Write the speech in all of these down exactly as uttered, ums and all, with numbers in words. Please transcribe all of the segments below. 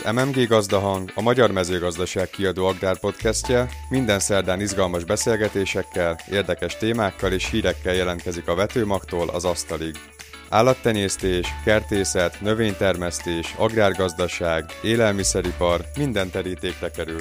em em gé Gazdahang, a Magyar Mezőgazdaság Kiadó agrárpodcastje minden szerdán izgalmas beszélgetésekkel, érdekes témákkal és hírekkel jelentkezik a vetőmagtól az asztalig. Állattenyésztés, kertészet, növénytermesztés, agrárgazdaság, élelmiszeripar, minden terítékre kerül.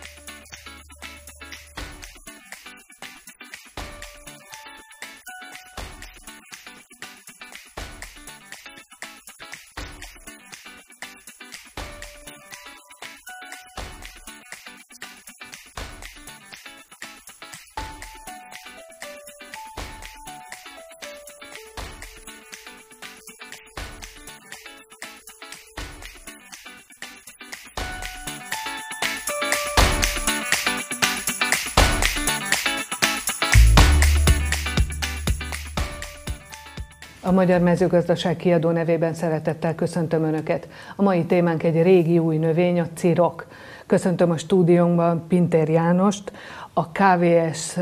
A Magyar Mezőgazdaság Kiadó nevében szeretettel köszöntöm Önöket. A mai témánk egy régi új növény, a cirok. Köszöntöm a stúdiónkban Pintér Jánost, a ká vé es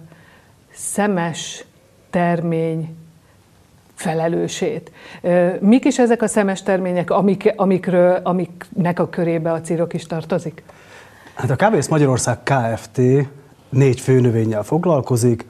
szemes termény felelősét. Mik is ezek a szemes termények, amik, amikről, amiknek a körébe a cirok is tartozik? Hát a ká vé es Magyarország Kft. Négy fő növényel foglalkozik.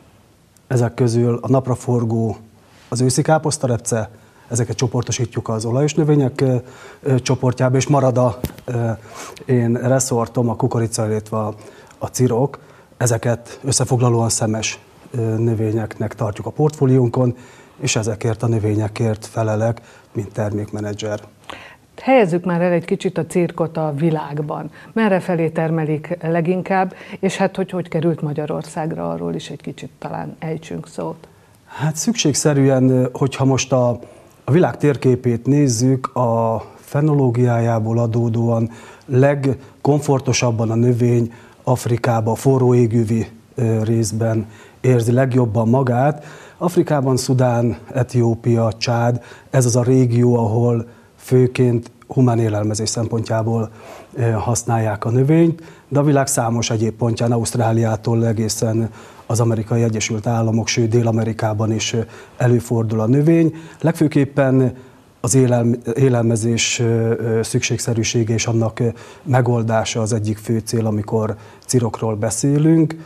Ezek közül a napraforgó, az őszi káposztarepce, ezeket csoportosítjuk az olajos növények ö, ö, csoportjába, és marad a ö, én reszortom, a kukorica, illetve a, a cirok. Ezeket összefoglalóan szemes ö, növényeknek tartjuk a portfóliónkon, és ezekért a növényekért felelek, mint termékmenedzser. Helyezzük már el egy kicsit a cirkot a világban. Merre felé termelik leginkább, és hát hogy hogy került Magyarországra, arról is egy kicsit talán ejtsünk szót. Hát szükségszerűen, hogyha most a, a világ térképét nézzük, a fenológiájából adódóan legkomfortosabban a növény Afrikában, a forró égővi részben érzi legjobban magát. Afrikában Szudán, Etiópia, Csád, ez az a régió, ahol főként humán élelmezés szempontjából használják a növényt, de a világ számos egyéb pontján, Ausztráliától egészen az Amerikai Egyesült Államok, sőt Dél-Amerikában is előfordul a növény. Legfőképpen az élelmezés szükségszerűsége és annak megoldása az egyik fő cél, amikor cirokról beszélünk.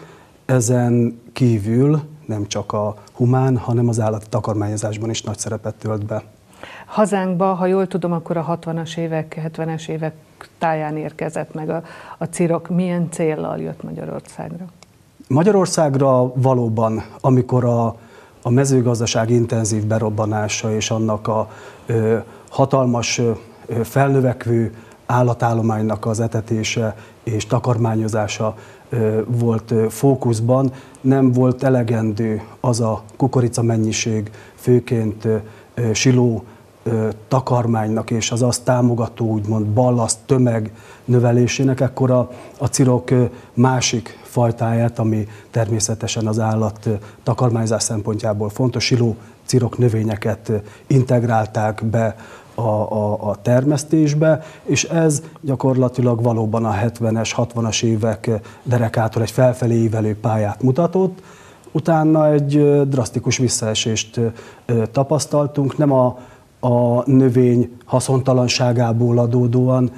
Ezen kívül nem csak a humán, hanem az állati takarmányozásban is nagy szerepet tölt be. Hazánkba, ha jól tudom, akkor a hatvanas évek, hetvenes évek táján érkezett meg a, a cirok. Milyen céllal jött Magyarországra? Magyarországra valóban, amikor a, a mezőgazdaság intenzív berobbanása és annak a ö, hatalmas, ö, felnövekvő állatállománynak az etetése és takarmányozása ö, volt ö, fókuszban, nem volt elegendő az a kukorica mennyiség, főként ö, ö, siló ö, takarmánynak és az azt támogató úgymond ballaszt tömeg növelésének, ekkor a, a cirok ö, másik fajtáját, ami természetesen az állat takarmányzás szempontjából fontos, siló cirok növényeket integrálták be a, a, a termesztésbe, és ez gyakorlatilag valóban a hetvenes, hatvanas évek derekától egy felfelé ívelő pályát mutatott. Utána egy drasztikus visszaesést tapasztaltunk, nem a, a növény haszontalanságából adódóan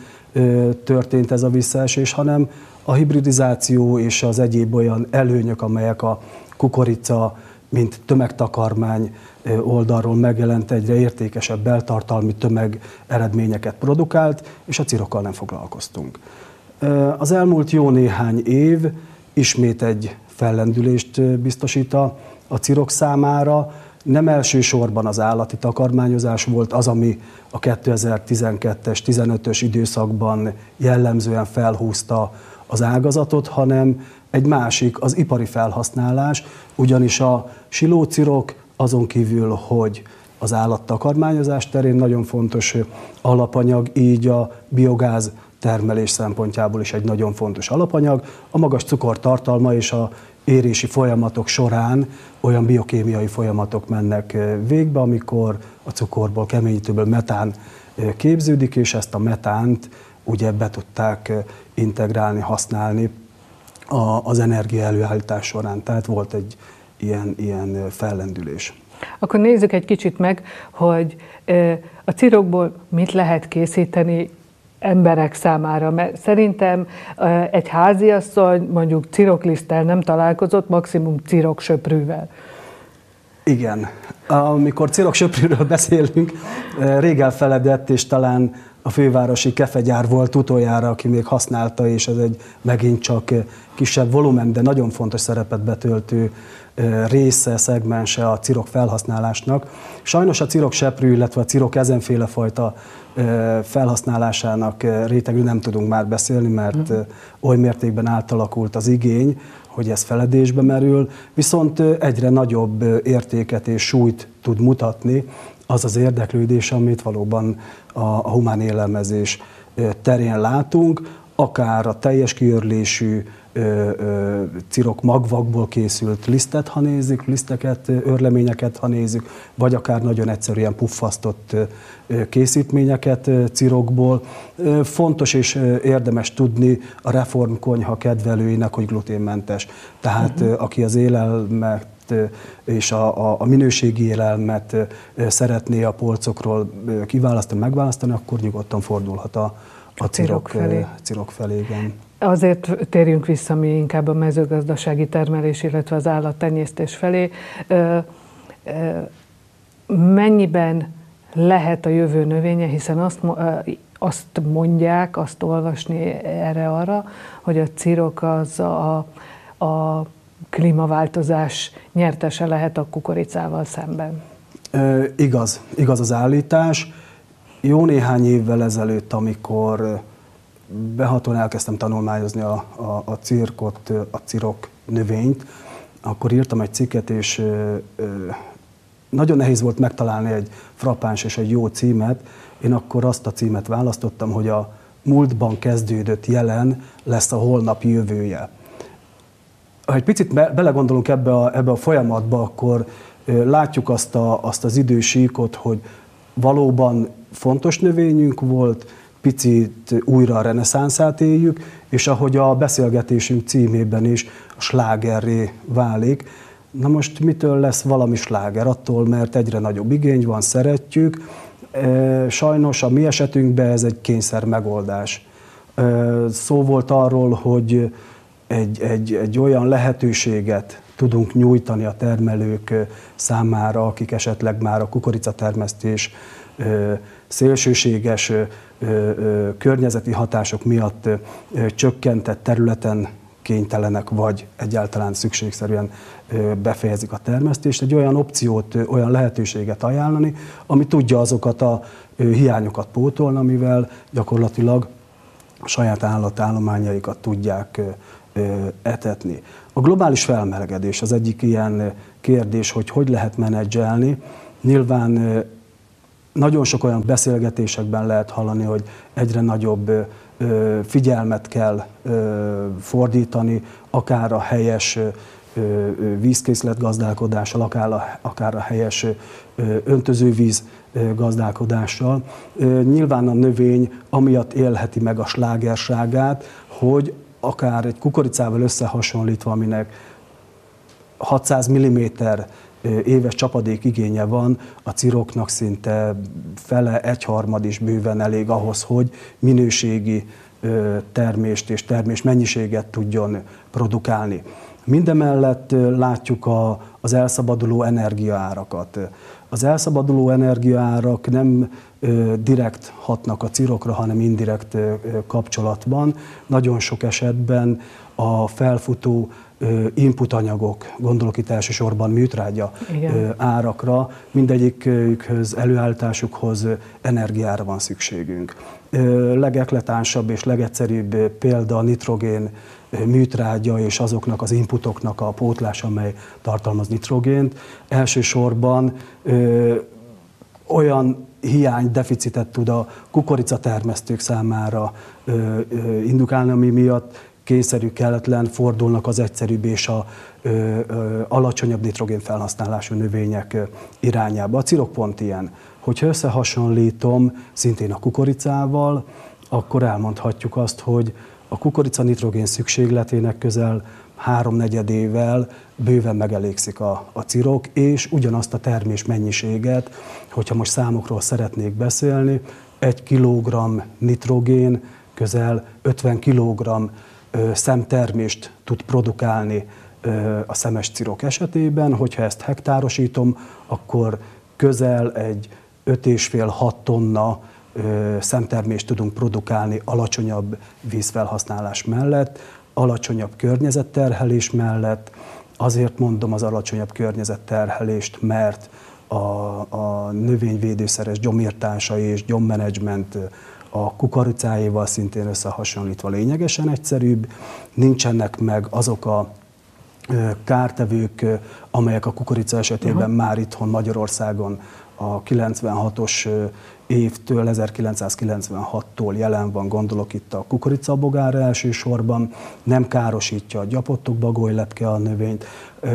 történt ez a visszaesés, hanem a hibridizáció és az egyéb olyan előnyök, amelyek a kukorica, mint tömegtakarmány oldalról megjelent, egyre értékesebb beltartalmi tömeg eredményeket produkált, és a cirokkal nem foglalkoztunk. Az elmúlt jó néhány év ismét egy fellendülést biztosít a cirok számára. Nem elsősorban az állati takarmányozás volt az, ami a kétezer-tizenkettes tizenötös időszakban jellemzően felhúzta az ágazatot, hanem egy másik, az ipari felhasználás, ugyanis a silócirok azon kívül, hogy az állattakarmányozás terén nagyon fontos alapanyag, így a biogáz termelés szempontjából is egy nagyon fontos alapanyag. A magas cukortartalma és a érési folyamatok során olyan biokémiai folyamatok mennek végbe, amikor a cukorból, keményítőből metán képződik, és ezt a metánt ugye be tudták integrálni, használni az energia előállítás során. Tehát volt egy ilyen, ilyen fellendülés. Akkor nézzük egy kicsit meg, hogy a cirokból mit lehet készíteni emberek számára, mert szerintem egy háziasszony mondjuk cirokliszttel nem találkozott, maximum ciroksöprűvel. Igen. Amikor ciroksöprűről beszélünk, rég elfeledett, és talán a fővárosi kefegyár volt utoljára, aki még használta, és ez egy megint csak kisebb volumen, de nagyon fontos szerepet betöltő része, szegmense a cirok felhasználásnak. Sajnos a cirokseprű, illetve a cirok ezenféle fajta felhasználásának rétegről nem tudunk már beszélni, mert mm. oly mértékben átalakult az igény, hogy ez feledésbe merül, viszont egyre nagyobb értéket és súlyt tud mutatni az az érdeklődés, amit valóban a, a humán élelmezés terén látunk, akár a teljes kiörlésű ö, ö, cirok magvakból készült lisztet, ha nézzük, liszteket, őrleményeket, ha nézzük, vagy akár nagyon egyszerűen puffasztott ö, készítményeket ö, cirokból. Ö, fontos és ö, érdemes tudni a reformkonyha kedvelőinek, hogy gluténmentes. Tehát uh-huh. ö, aki az élelmet és a, a, a minőségi élelmet szeretné a polcokról kiválasztani, megválasztani, akkor nyugodtan fordulhat a, a cirok, felé. cirok felé. Igen. Azért térjünk vissza mi inkább a mezőgazdasági termelés, illetve az állattenyésztés felé. Mennyiben lehet a jövő növénye, hiszen azt, azt mondják, azt olvasni erre-arra, hogy a cirok az a, a klímaváltozás nyertese lehet a kukoricával szemben. E, igaz, igaz az állítás. Jó néhány évvel ezelőtt, amikor behatóan elkezdtem tanulmányozni a, a, a cirkot, a cirok növényt, akkor írtam egy cikket, és e, e, nagyon nehéz volt megtalálni egy frappáns és egy jó címet. Én akkor azt a címet választottam, hogy a múltban kezdődött jelen lesz a holnap jövője. Ha egy picit be, belegondolunk ebbe a, ebbe a folyamatba, akkor ö, látjuk azt, a, azt az idősíkot, hogy valóban fontos növényünk volt, picit újra a reneszánszát éljük, és ahogy a beszélgetésünk címében is a slágerré válik. Na most mitől lesz valami sláger? Attól, mert egyre nagyobb igény van, szeretjük. E, sajnos a mi esetünkben ez egy kényszer megoldás. E, szó volt arról, hogy Egy, egy, egy olyan lehetőséget tudunk nyújtani a termelők számára, akik esetleg már a kukoricatermesztés ö, szélsőséges ö, ö, környezeti hatások miatt ö, csökkentett területen kénytelenek, vagy egyáltalán szükségszerűen ö, befejezik a termesztést. Egy olyan opciót, ö, olyan lehetőséget ajánlani, ami tudja azokat a ö, hiányokat pótolni, amivel gyakorlatilag a saját állatállományaikat tudják ö, etetni. A globális felmelegedés az egyik ilyen kérdés, hogy hogy lehet menedzselni. Nyilván nagyon sok olyan beszélgetésekben lehet hallani, hogy egyre nagyobb figyelmet kell fordítani, akár a helyes vízkészletgazdálkodással, akár a, akár a helyes öntözővíz gazdálkodással. Nyilván a növény amiatt élheti meg a slágerságát, hogy akár egy kukoricával összehasonlítva, aminek hatszáz milliméter éves csapadék igénye van, a ciroknak szinte fele, egyharmad is bőven elég ahhoz, hogy minőségi termést és termés mennyiséget tudjon produkálni. Mindemellett látjuk a, az elszabaduló energiaárakat. Az elszabaduló energiaárak nem ö, direkt hatnak a cirokra, hanem indirekt ö, kapcsolatban. Nagyon sok esetben a felfutó ö, inputanyagok, gondolok itt elsősorban műtrágya ö, árakra, mindegyikükhöz, előállításukhoz energiára van szükségünk. Ö, legekletánsabb és legegyszerűbb példa a nitrogén műtrágya és azoknak az inputoknak a pótlása, amely tartalmaz nitrogént. Elsősorban ö, olyan hiány, deficitet tud a kukoricatermesztők számára ö, ö, indukálni, ami miatt kényszerű, kelletlen fordulnak az egyszerűbb és a ö, ö, alacsonyabb nitrogén felhasználású növények ö, irányába. A cirok pont ilyen. Hogyha összehasonlítom szintén a kukoricával, akkor elmondhatjuk azt, hogy a kukorica nitrogén szükségletének közel háromnegyedével bőven megelégszik a, a cirok, és ugyanazt a termés mennyiséget, hogyha most számokról szeretnék beszélni, egy kilogramm nitrogén közel ötven kilogramm szemtermést tud produkálni a szemes cirok esetében. Hogyha ezt hektárosítom, akkor közel egy öt és fél hat tonna szemtermést tudunk produkálni alacsonyabb vízfelhasználás mellett, alacsonyabb környezetterhelés mellett. Azért mondom az alacsonyabb környezetterhelést, mert a, a növényvédőszeres gyomírtása és gyommenedzsment a kukoricáéval szintén összehasonlítva lényegesen egyszerűbb. Nincsenek meg azok a kártevők, amelyek a kukorica esetében uh-huh. már itthon Magyarországon a kilencvenhatos évtől, ezerkilencszázkilencvenhattól jelen van, gondolok itt a kukoricabogára elsősorban, nem károsítja a gyapottok bagolylepke a növényt.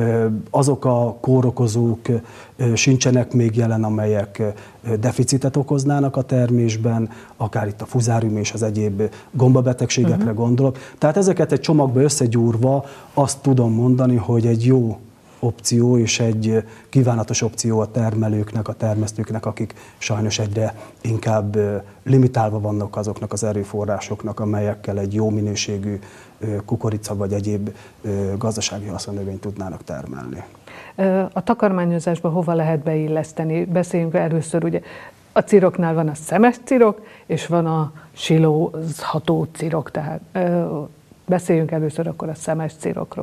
Azok a kórokozók sincsenek még jelen, amelyek deficitet okoznának a termésben, akár itt a fuzárium és az egyéb gombabetegségekre uh-huh. gondolok. Tehát ezeket egy csomagba összegyúrva azt tudom mondani, hogy egy jó opció és egy kívánatos opció a termelőknek, a termesztőknek, akik sajnos egyre inkább limitálva vannak azoknak az erőforrásoknak, amelyekkel egy jó minőségű kukorica vagy egyéb gazdasági haszonnövényt tudnának termelni. A takarmányozásba hova lehet beilleszteni? Beszéljünk először, ugye a ciroknál van a szemes cirok, és van a silózható cirok, tehát beszéljünk először akkor a szemes cirokról.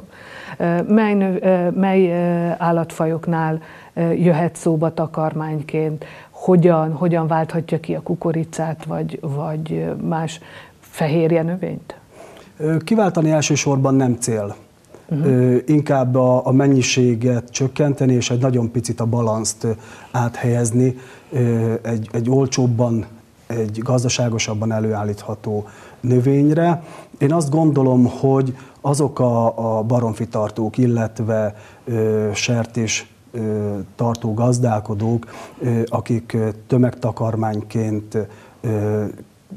Mely, mely állatfajoknál jöhet szóba takarmányként? Hogyan, hogyan válthatja ki a kukoricát, vagy, vagy más fehérje növényt? Kiváltani elsősorban nem cél. Uh-huh. Inkább a, a mennyiséget csökkenteni, és egy nagyon picit a balanszt áthelyezni egy, egy olcsóbban, egy gazdaságosabban előállítható növényre. Én azt gondolom, hogy azok a, a baromfitartók, illetve ö, sertés ö, tartó gazdálkodók, ö, akik tömegtakarmányként ö,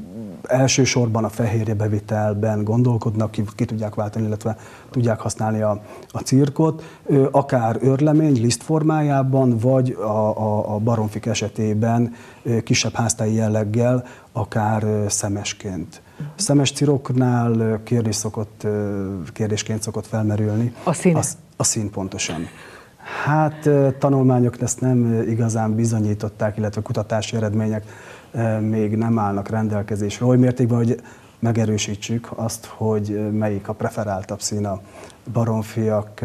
elsősorban a fehérjebevitelben gondolkodnak, ki, ki tudják váltani, illetve tudják használni a, a cirkot, ö, akár őrlemény, liszt formájában, vagy a, a, a baromfik esetében ö, kisebb háztáji jelleggel, akár ö, szemesként. A szemes ciroknál kérdés szokott, kérdésként szokott felmerülni. A szín? A, a szín pontosan. Hát tanulmányok ezt nem igazán bizonyították, illetve kutatási eredmények még nem állnak rendelkezésre. Oly mértékben, hogy megerősítsük azt, hogy melyik a preferáltabb szín a baromfiak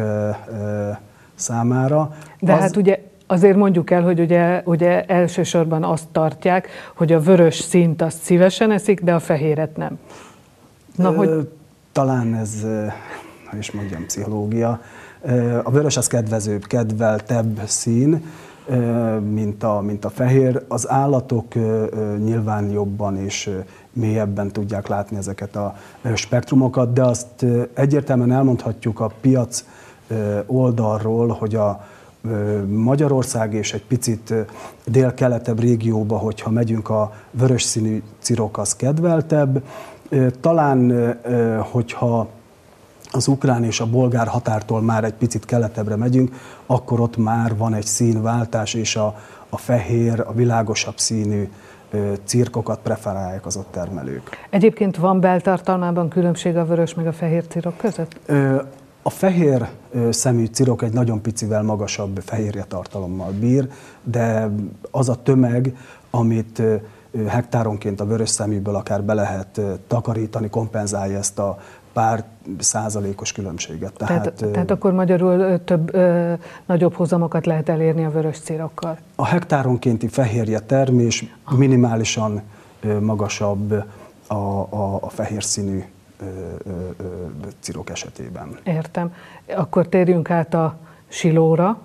számára. De az... hát ugye azért mondjuk el, hogy ugye, ugye elsősorban azt tartják, hogy a vörös színt azt szívesen eszik, de a fehéret nem. Na, Ö, hogy... Talán ez, hogy is mondjam, pszichológia. A vörös az kedvezőbb, kedveltebb szín, mint a, mint a fehér. Az állatok nyilván jobban és mélyebben tudják látni ezeket a spektrumokat, de azt egyértelműen elmondhatjuk a piac oldalról, hogy a Magyarország és egy picit dél-keletebb régióba, hogyha megyünk, a vörös színű cirok az kedveltebb. Talán, hogyha az ukrán és a bolgár határtól már egy picit keletebbre megyünk, akkor ott már van egy színváltás, és a, a fehér, a világosabb színű cirkokat preferálják az ott termelők. Egyébként van beltartalmában különbség a vörös meg a fehér cirok között? A fehér szemű cirok egy nagyon picivel magasabb fehérje tartalommal bír, de az a tömeg, amit hektáronként a vörös szeműből akár be lehet takarítani, kompenzálja ezt a pár százalékos különbséget. Tehát, tehát, tehát akkor magyarul több, ö, nagyobb hozamokat lehet elérni a vörös cirokkal? A hektáronkénti fehérje termés ah. minimálisan ö, magasabb a, a, a fehér színű ö, ö, ö, cirok esetében. Értem. Akkor térjünk át a silóra.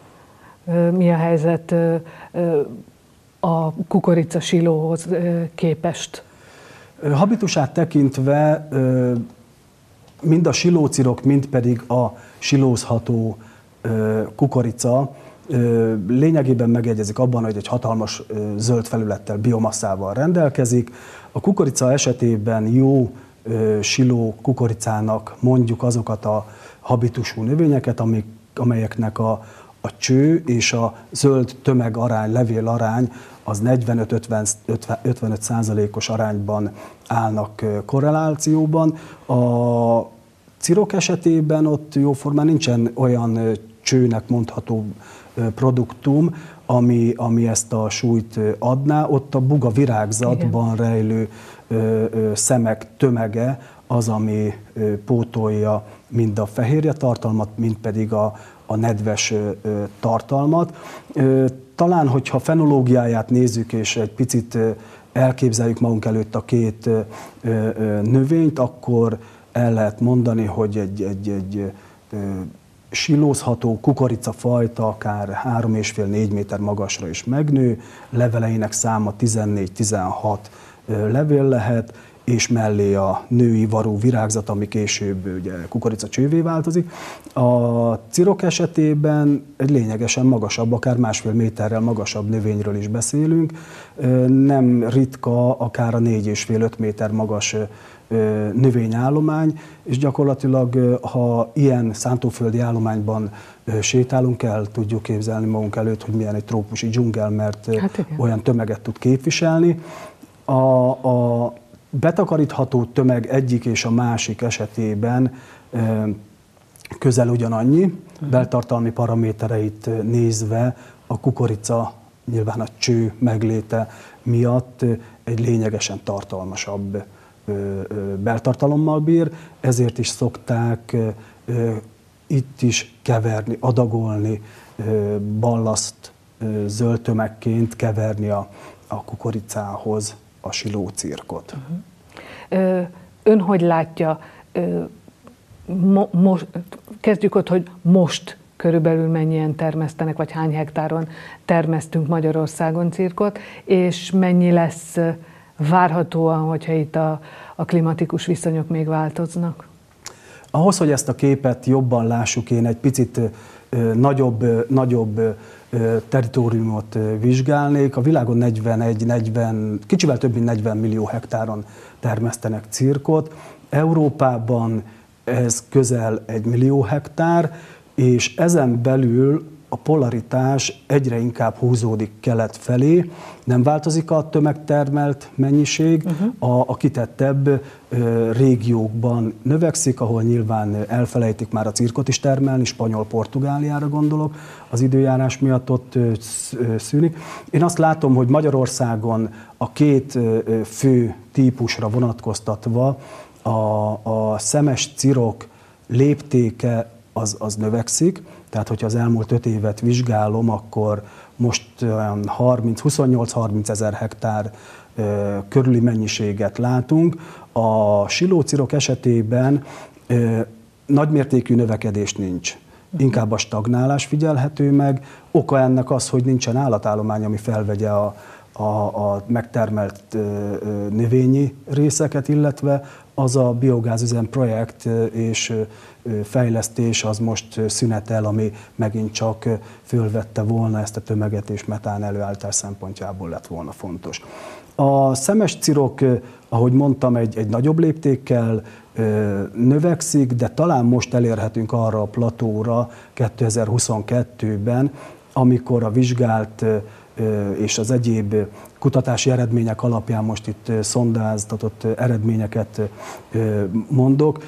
Mi a helyzet a kukorica silóhoz képest? Habitusát tekintve mind a silócirok, mind pedig a silózható kukorica lényegében megegyezik abban, hogy egy hatalmas zöld felülettel, biomasszával rendelkezik. A kukorica esetében jó siló kukoricának mondjuk azokat a habitusú növényeket, amik, amelyeknek a, a cső és a zöld tömegarány, levélarány az negyvenöt-ötvenöt százalékos arányban állnak korrelációban. A cirok esetében ott jóformán nincsen olyan csőnek mondható produktum, ami, ami ezt a súlyt adná. Ott a buga virágzatban igen. rejlő ö, ö, szemek tömege az, ami ö, pótolja mind a fehérje tartalmat, mind pedig a, a nedves ö, ö, tartalmat. Ö, talán, hogyha fenológiáját nézzük, és egy picit ö, elképzeljük magunk előtt a két ö, ö, növényt, akkor el lehet mondani, hogy egy, egy, egy ö, silózható kukoricafajta akár három és fél négy méter magasra is megnő, leveleinek száma tizennégy-tizenhat levél lehet, és mellé a női varó virágzat, ami később ugye kukoricacsővé változik. A cirok esetében egy lényegesen magasabb, akár másfél méterrel magasabb növényről is beszélünk. Nem ritka akár a négy és fél öt méter magas növényállomány, és gyakorlatilag, ha ilyen szántóföldi állományban sétálunk, el tudjuk képzelni magunk előtt, hogy milyen egy trópusi dzsungel, mert hát olyan tömeget tud képviselni. A, a betakarítható tömeg egyik és a másik esetében közel ugyanannyi, beltartalmi paramétereit nézve a kukorica nyilván a cső megléte miatt egy lényegesen tartalmasabb beltartalommal bír, ezért is szokták itt is keverni, adagolni, ballaszt zöldtömegként keverni a, a kukoricához a silócirkot. Ön hogy látja, mo, most, kezdjük ott, hogy most körülbelül mennyien termesztenek, vagy hány hektáron termesztünk Magyarországon cirkot, és mennyi lesz várhatóan, hogyha itt a, a klimatikus viszonyok még változnak? Ahhoz, hogy ezt a képet jobban lássuk, én egy picit ö, nagyobb, ö, nagyobb ö, territóriumot ö, vizsgálnék. A világon negyvenegy, negyven, kicsivel több mint negyven millió hektáron termesztenek cirkot. Európában ez közel egy millió hektár, és ezen belül a polaritás egyre inkább húzódik kelet felé, nem változik a tömegtermelt mennyiség, uh-huh. a, a kitettebb ö, régiókban növekszik, ahol nyilván elfelejtik már a cirkot is termelni, Spanyol-Portugáliára gondolok, az időjárás miatt ott ö, szűnik. Én azt látom, hogy Magyarországon a két ö, fő típusra vonatkoztatva a, a szemes cirok léptéke az, az növekszik, tehát hogyha az elmúlt öt évet vizsgálom, akkor most huszonnyolc-harminc ezer hektár ö, körüli mennyiséget látunk. A silócirok esetében ö, nagymértékű növekedés nincs. Inkább a stagnálás figyelhető meg. Oka ennek az, hogy nincsen állatállomány, ami felvegye a, a, a megtermelt ö, ö, növényi részeket, illetve az a biogázüzem projekt és fejlesztés az most szünetel, ami megint csak fölvette volna ezt a tömeget, és metán előállítás szempontjából lett volna fontos. A szemes cirok, ahogy mondtam, egy, egy nagyobb léptékkel növekszik, de talán most elérhetünk arra a platóra kétezer-huszonkettőben, amikor a vizsgált és az egyéb kutatási eredmények alapján most itt szondáztatott eredményeket mondok.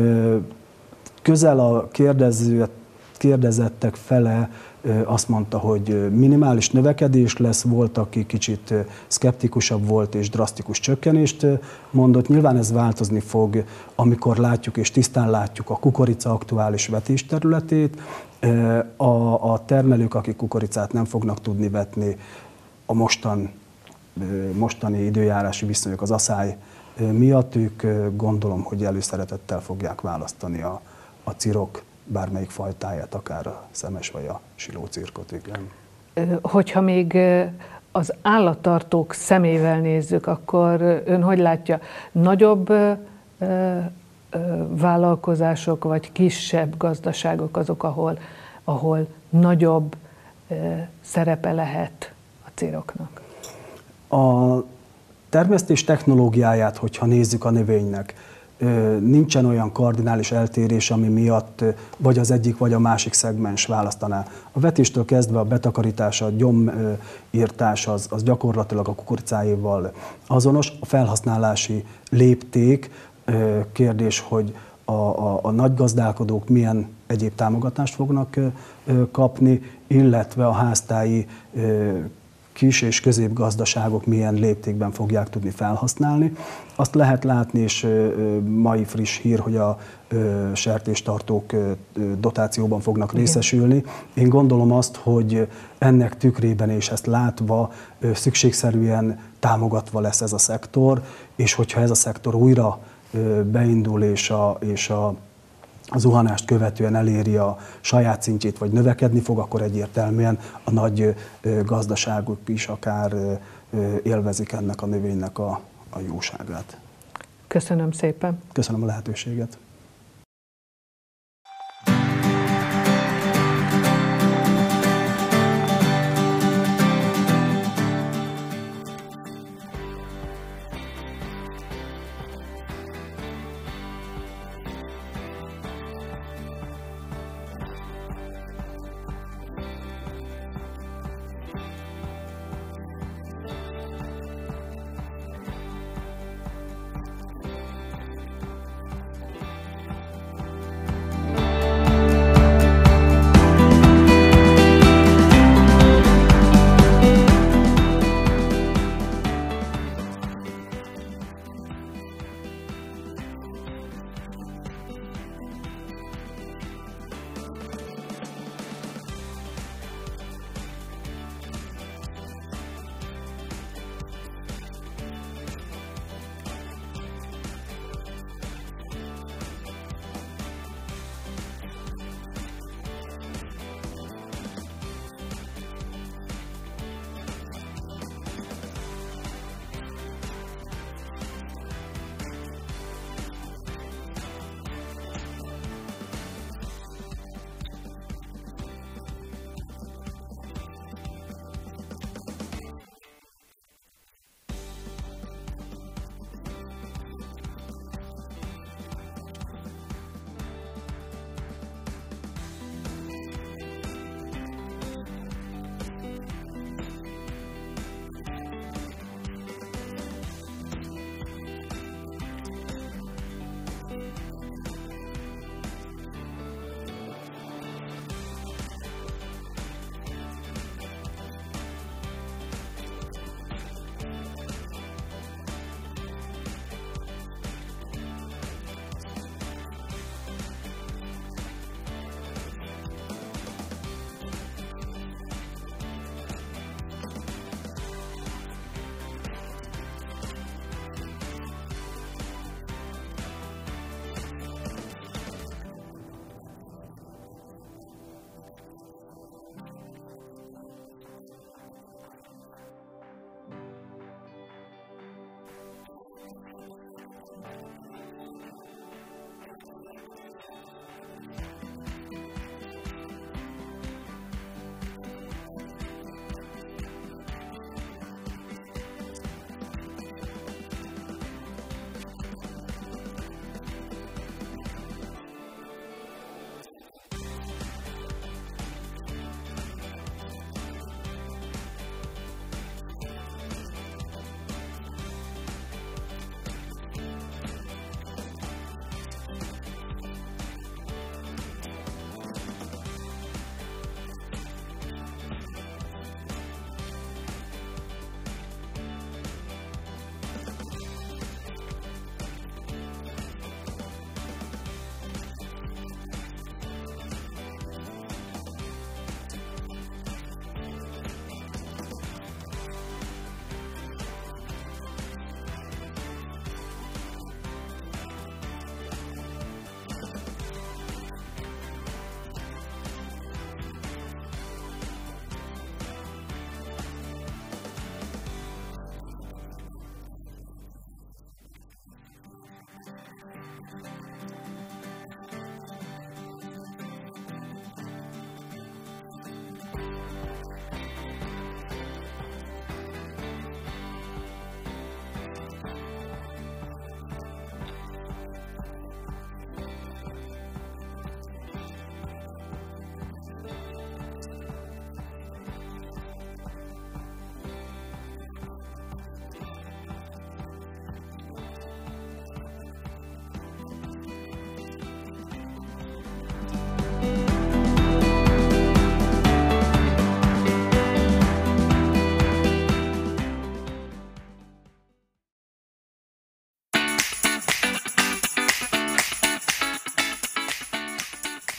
Közel a kérdező, kérdezettek fele azt mondta, hogy minimális növekedés lesz, volt, aki kicsit szkeptikusabb volt és drasztikus csökkenést mondott. Nyilván ez változni fog, amikor látjuk és tisztán látjuk a kukorica aktuális vetésterületét. A, a termelők, akik kukoricát nem fognak tudni vetni, a mostan, mostani időjárási viszonyok, az aszály miatt, ők gondolom, hogy előszeretettel fogják választani a, a cirok bármelyik fajtáját, akár a szemes vagy a silócirkot. Igen. Hogyha még az állattartók szemével nézzük, akkor ön hogy látja, nagyobb vállalkozások vagy kisebb gazdaságok azok, ahol, ahol nagyobb szerepe lehet a ciroknak? A termesztés technológiáját, hogyha nézzük a növénynek, nincsen olyan kardinális eltérés, ami miatt vagy az egyik, vagy a másik szegmens választaná. A vetéstől kezdve a betakarítás, a gyomírtás az, az gyakorlatilag a kukoricáéval azonos. A felhasználási lépték, kérdés, hogy a, a, a nagy gazdálkodók milyen egyéb támogatást fognak kapni, illetve a háztáji kis és középgazdaságok milyen léptékben fogják tudni felhasználni. Azt lehet látni, és mai friss hír, hogy a sertéstartók dotációban fognak részesülni. Én gondolom azt, hogy ennek tükrében és ezt látva szükségszerűen támogatva lesz ez a szektor, és hogyha ez a szektor újra beindul és a, és a a zuhanást követően eléri a saját szintjét, vagy növekedni fog, akkor egyértelműen a nagy gazdaságok is akár élvezik ennek a növénynek a, a jóságát. Köszönöm szépen. Köszönöm a lehetőséget.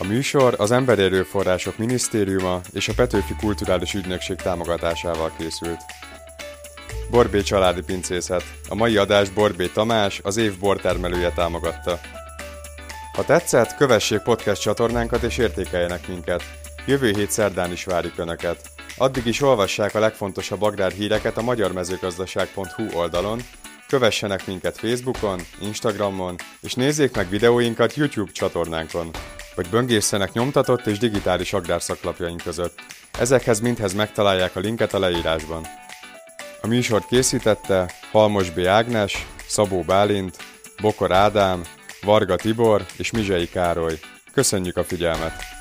A műsor az Emberi Erőforrások Minisztériuma és a Petőfi Kulturális Ügynökség támogatásával készült. Borbély családi pincészet. A mai adást Borbély Tamás, az év bortermelője támogatta. Ha tetszett, kövessék podcast csatornánkat és értékeljenek minket. Jövő hét szerdán is várjuk Önöket. Addig is olvassák a legfontosabb agrárhíreket a magyar mezőgazdaság pont hu oldalon, kövessenek minket Facebookon, Instagramon, és nézzék meg videóinkat YouTube csatornánkon, vagy böngésszenek nyomtatott és digitális agrárszaklapjaink között. Ezekhez mindhez megtalálják a linket a leírásban. A műsort készítette Halmos B. Ágnes, Szabó Bálint, Bokor Ádám, Varga Tibor és Mizsei Károly. Köszönjük a figyelmet!